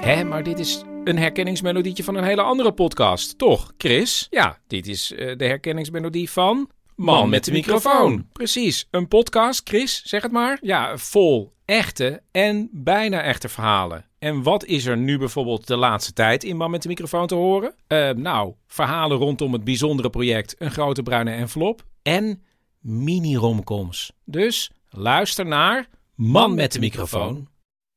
Hé, maar dit is een herkenningsmelodietje van een hele andere podcast, toch, Chris? Ja, dit is de herkenningsmelodie van Man met de microfoon. Precies, een podcast, Chris, zeg het maar. Ja, vol echte en bijna echte verhalen. En wat is er nu bijvoorbeeld de laatste tijd in Man met de microfoon te horen? Verhalen rondom het bijzondere project Een Grote Bruine Envelop en mini-romcoms. Dus luister naar Man met de microfoon.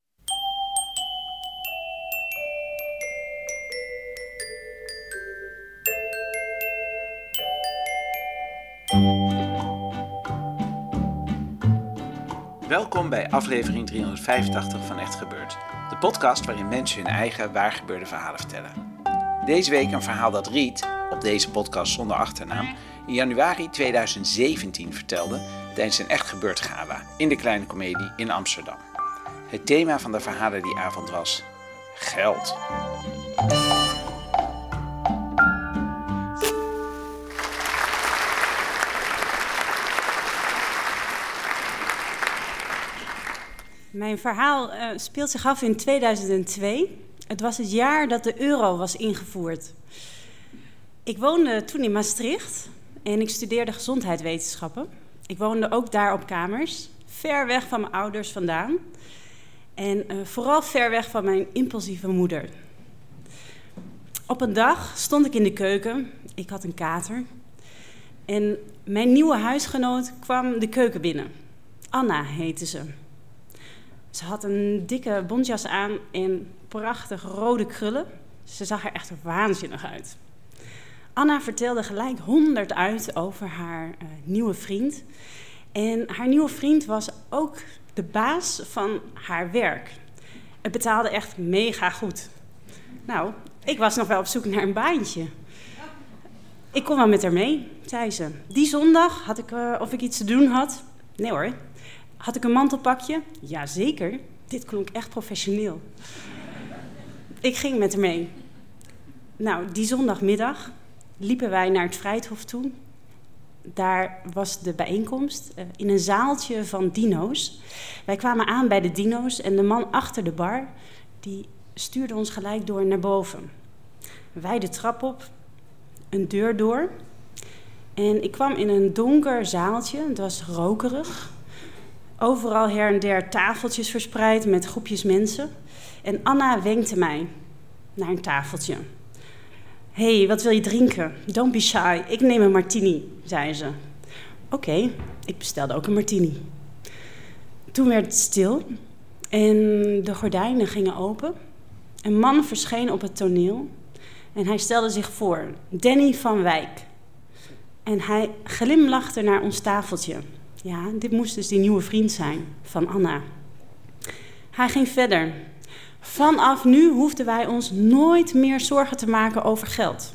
Welkom bij aflevering 385 van Echt Gebeurd. De podcast waarin mensen hun eigen waargebeurde verhalen vertellen. Deze week een verhaal dat Riet, op deze podcast zonder achternaam, in januari 2017 vertelde tijdens een Echt Gebeurd gala in de Kleine Comedie in Amsterdam. Het thema van de verhalen die avond was geld. Mijn verhaal speelt zich af in 2002. Het was het jaar dat de euro was ingevoerd. Ik woonde toen in Maastricht en ik studeerde gezondheidswetenschappen. Ik woonde ook daar op kamers, ver weg van mijn ouders vandaan. En vooral ver weg van mijn impulsieve moeder. Op een dag stond ik in de keuken. Ik had een kater. En mijn nieuwe huisgenoot kwam de keuken binnen. Anna heette ze. Ze had een dikke bontjas aan en prachtige rode krullen. Ze zag er echt waanzinnig uit. Anna vertelde gelijk 100 uit over haar nieuwe vriend. En haar nieuwe vriend was ook de baas van haar werk. Het betaalde echt mega goed. Nou, ik was nog wel op zoek naar een baantje. Ik kon wel met haar mee, zei ze. Die zondag had ik of ik iets te doen had. Nee hoor. Had ik een mantelpakje? Jazeker. Dit klonk echt professioneel. Ik ging met haar mee. Nou, die zondagmiddag liepen wij naar het Vrijthof toe. Daar was de bijeenkomst in een zaaltje van dino's. Wij kwamen aan bij de dino's en de man achter de bar die stuurde ons gelijk door naar boven. Wij de trap op, een deur door. En ik kwam in een donker zaaltje. Het was rokerig. Overal her en der tafeltjes verspreid met groepjes mensen. En Anna wenkte mij naar een tafeltje. Hey, wat wil je drinken? Don't be shy, ik neem een martini, zei ze. Oké, ik bestelde ook een martini. Toen werd het stil en de gordijnen gingen open. Een man verscheen op het toneel en hij stelde zich voor, Danny van Wijk. En hij glimlachte naar ons tafeltje. Ja, dit moest dus die nieuwe vriend zijn van Anna. Hij ging verder. Vanaf nu hoefden wij ons nooit meer zorgen te maken over geld.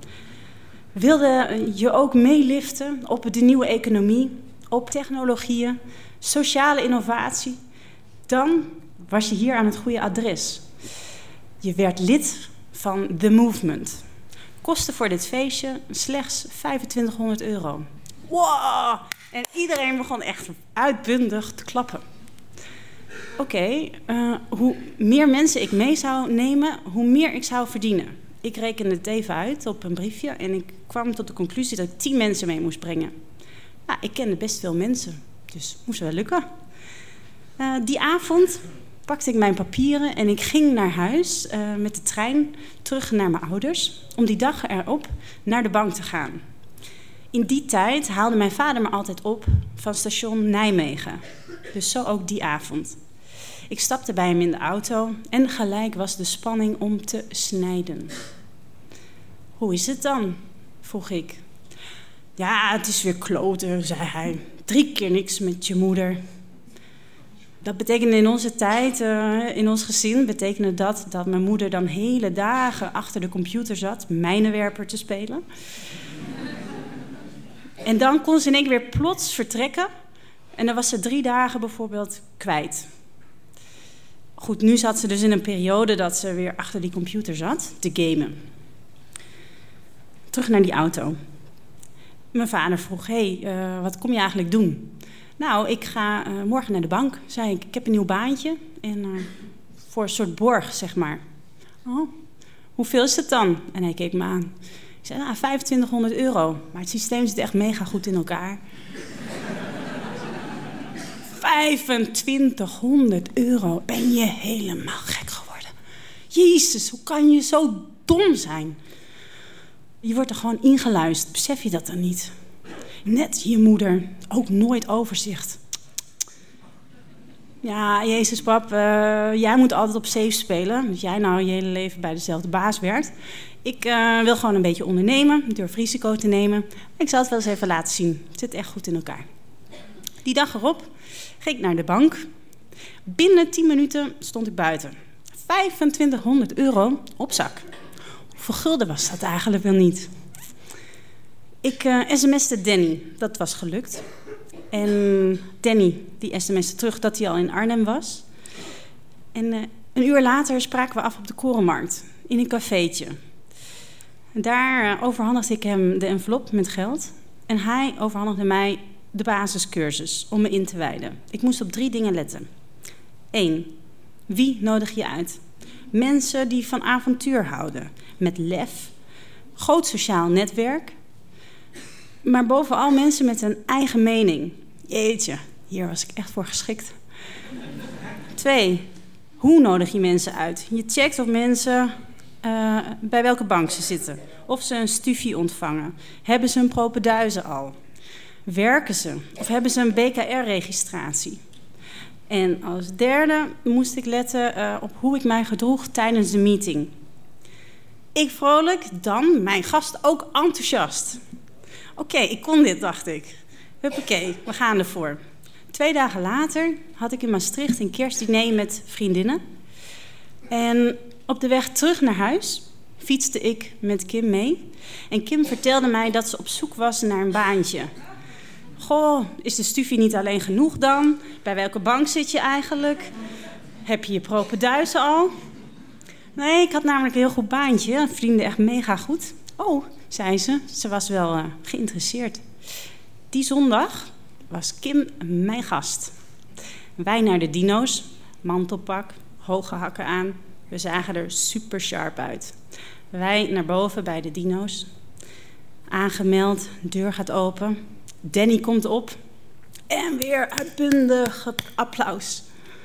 Wilde je ook meeliften op de nieuwe economie, op technologieën, sociale innovatie? Dan was je hier aan het goede adres. Je werd lid van The Movement. Kosten voor dit feestje slechts €2500. Wow! En iedereen begon echt uitbundig te klappen. Oké, hoe meer mensen ik mee zou nemen, hoe meer ik zou verdienen. Ik rekende het even uit op een briefje en ik kwam tot de conclusie dat ik 10 mensen mee moest brengen. Nou, ik kende best veel mensen, dus moest wel lukken. Die avond pakte ik mijn papieren en ik ging naar huis met de trein terug naar mijn ouders om die dag erop naar de bank te gaan. In die tijd haalde mijn vader me altijd op van station Nijmegen. Dus zo ook die avond. Ik stapte bij hem in de auto en gelijk was de spanning om te snijden. Hoe is het dan? Vroeg ik. Ja, het is weer kloten, zei hij. 3 keer niks met je moeder. Dat betekende in onze tijd, in ons gezin, betekende dat mijn moeder dan hele dagen achter de computer zat, mijnenwerper te spelen. En dan kon ze in één keer weer plots vertrekken. En dan was ze 3 dagen bijvoorbeeld kwijt. Goed, nu zat ze dus in een periode dat ze weer achter die computer zat, te gamen. Terug naar die auto. Mijn vader vroeg, wat kom je eigenlijk doen? Nou, ik ga morgen naar de bank, zei ik. Ik heb een nieuw baantje en voor een soort borg, zeg maar. Oh, hoeveel is het dan? En hij keek me aan. Ik zei, nou, €2500. Maar het systeem zit echt mega goed in elkaar. €2500. Ben je helemaal gek geworden? Jezus, hoe kan je zo dom zijn? Je wordt er gewoon ingeluisterd. Besef je dat dan niet? Net je moeder. Ook nooit overzicht. Ja, Jezus pap, jij moet altijd op safe spelen. Dat jij nou je hele leven bij dezelfde baas werkt. Ik wil gewoon een beetje ondernemen. Durf risico te nemen. Ik zal het wel eens even laten zien. Het zit echt goed in elkaar. Die dag erop ging ik naar de bank. Binnen 10 minuten stond ik buiten. €2500 op zak. Hoeveel gulden was dat eigenlijk wel niet? Ik sms'te Danny. Dat was gelukt. En Danny, die sms'te terug dat hij al in Arnhem was. En een uur later spraken we af op de Korenmarkt. In een cafeetje. En daar overhandigde ik hem de envelop met geld. En hij overhandigde mij de basiscursus om me in te wijden. Ik moest op 3 dingen letten. 1. Wie nodig je uit? Mensen die van avontuur houden. Met lef. Groot sociaal netwerk. Maar bovenal mensen met een eigen mening. Jeetje, hier was ik echt voor geschikt. 2. Hoe nodig je mensen uit? Je checkt of mensen bij welke bank ze zitten. Of ze een stufie ontvangen. Hebben ze een propenduizen al? Werken ze? Of hebben ze een BKR-registratie? En als derde moest ik letten op hoe ik mij gedroeg tijdens de meeting. Ik vrolijk, dan mijn gast ook enthousiast. Oké, ik kon dit, dacht ik. Huppakee, we gaan ervoor. 2 dagen later had ik in Maastricht een kerstdiner met vriendinnen. En op de weg terug naar huis fietste ik met Kim mee. En Kim vertelde mij dat ze op zoek was naar een baantje. Goh, is de stufie niet alleen genoeg dan? Bij welke bank zit je eigenlijk? Heb je je propenduizen al? Nee, ik had namelijk een heel goed baantje. Vrienden echt mega goed. Oh, zei ze. Ze was wel geïnteresseerd. Die zondag was Kim mijn gast. Wij naar de dino's. Mantelpak, hoge hakken aan. We zagen er super sharp uit. Wij naar boven bij de dino's. Aangemeld, deur gaat open. Danny komt op. En weer uitbundig applaus.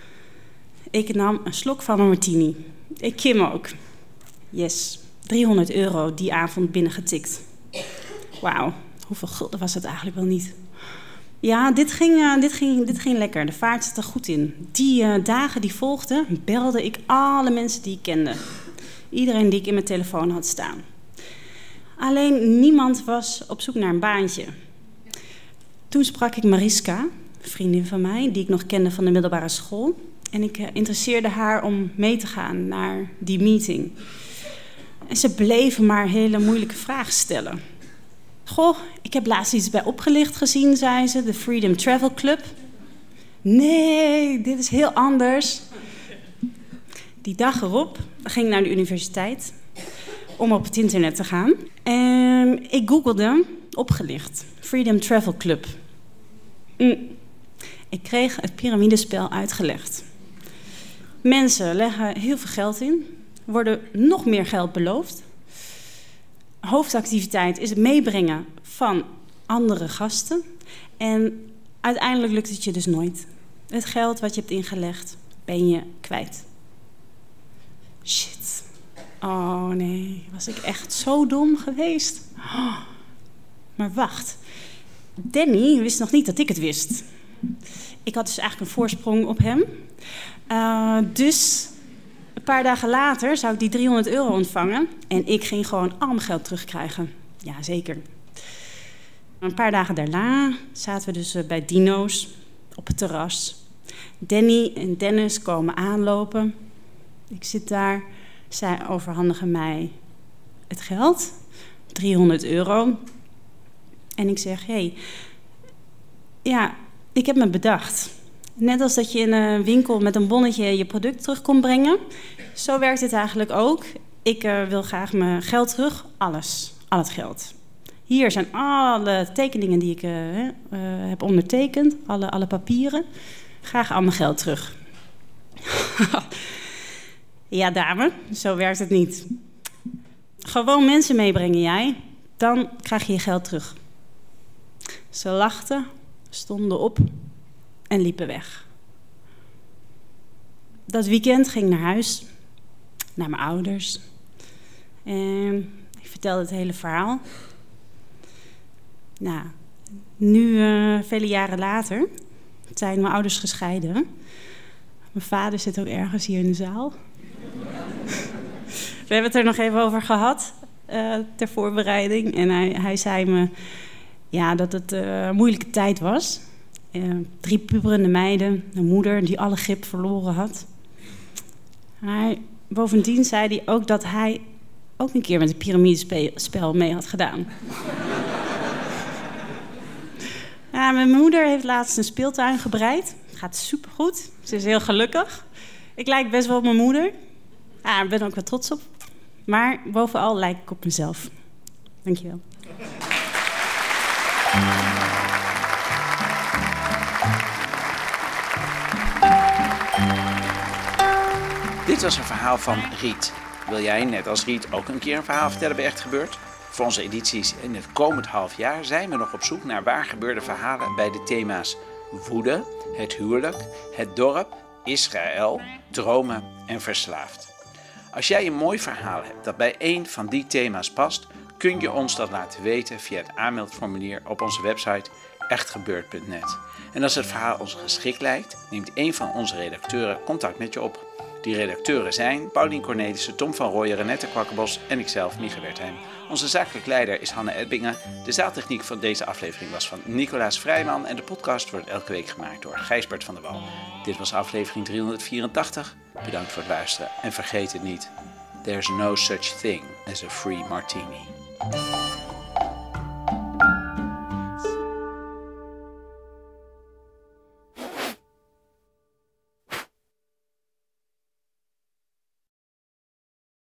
Ik nam een slok van een martini. Ik Kim ook. Yes, €300 die avond binnengetikt. Wauw, hoeveel gulden was het eigenlijk wel niet? Ja, dit ging lekker. De vaart zat er goed in. Die dagen die volgden, belde ik alle mensen die ik kende. Iedereen die ik in mijn telefoon had staan. Alleen niemand was op zoek naar een baantje. Toen sprak ik Mariska, een vriendin van mij, die ik nog kende van de middelbare school. En ik interesseerde haar om mee te gaan naar die meeting. En ze bleven maar hele moeilijke vragen stellen. Goh, ik heb laatst iets bij Opgelicht gezien, zei ze, de Freedom Travel Club. Nee, dit is heel anders. Die dag erop ging ik naar de universiteit om op het internet te gaan. En ik googelde Opgelicht, Freedom Travel Club. Ik kreeg het piramidespel uitgelegd. Mensen leggen heel veel geld in, worden nog meer geld beloofd. Hoofdactiviteit is het meebrengen van andere gasten. En uiteindelijk lukt het je dus nooit. Het geld wat je hebt ingelegd, ben je kwijt. Shit. Oh nee, was ik echt zo dom geweest. Oh. Maar wacht. Danny wist nog niet dat ik het wist. Ik had dus eigenlijk een voorsprong op hem. Dus een paar dagen later zou ik die €300 ontvangen. En ik ging gewoon al mijn geld terugkrijgen. Ja, zeker. Een paar dagen daarna zaten we dus bij Dino's op het terras. Danny en Dennis komen aanlopen. Ik zit daar. Zij overhandigen mij het geld. €300. En ik zeg, ja, ik heb me bedacht. Net als dat je in een winkel met een bonnetje je product terug kon brengen. Zo werkt het eigenlijk ook. Ik wil graag mijn geld terug. Alles. Al het geld. Hier zijn alle tekeningen die ik heb ondertekend. Alle papieren. Graag al mijn geld terug. Ja, dame, zo werkt het niet. Gewoon mensen meebrengen jij, dan krijg je je geld terug. Ze lachten, stonden op en liepen weg. Dat weekend ging ik naar huis, naar mijn ouders. En ik vertelde het hele verhaal. Nou, nu, vele jaren later, zijn mijn ouders gescheiden. Mijn vader zit ook ergens hier in de zaal. We hebben het er nog even over gehad ter voorbereiding. En hij zei me dat het een moeilijke tijd was. 3 puberende meiden, een moeder die alle grip verloren had. Bovendien zei hij ook dat hij ook een keer met een piramidespel mee had gedaan. Mijn moeder heeft laatst een speeltuin gebreid. Gaat supergoed. Ze is heel gelukkig. Ik lijk best wel op mijn moeder. Ik ben er ook wel trots op. Maar bovenal lijk ik op mezelf. Dankjewel. Dit was een verhaal van Riet. Wil jij, net als Riet, ook een keer een verhaal vertellen bij Echt Gebeurd? Voor onze edities in het komend half jaar zijn we nog op zoek naar waar gebeurde verhalen bij de thema's woede, het huwelijk, het dorp, Israël, dromen en verslaafd. Als jij een mooi verhaal hebt dat bij één van die thema's past, kun je ons dat laten weten via het aanmeldformulier op onze website echtgebeurd.net. En als het verhaal ons geschikt lijkt, neemt een van onze redacteuren contact met je op. Die redacteuren zijn Paulien Cornelissen, Tom van Rooyen, Renette Kwakkenbos en ikzelf, Mieke Wertheim. Onze zakelijk leider is Hanne Edbingen. De zaaltechniek van deze aflevering was van Nicolaas Vrijman en de podcast wordt elke week gemaakt door Gijsbert van der Wal. Dit was aflevering 384. Bedankt voor het luisteren en vergeet het niet. There's no such thing as a free martini.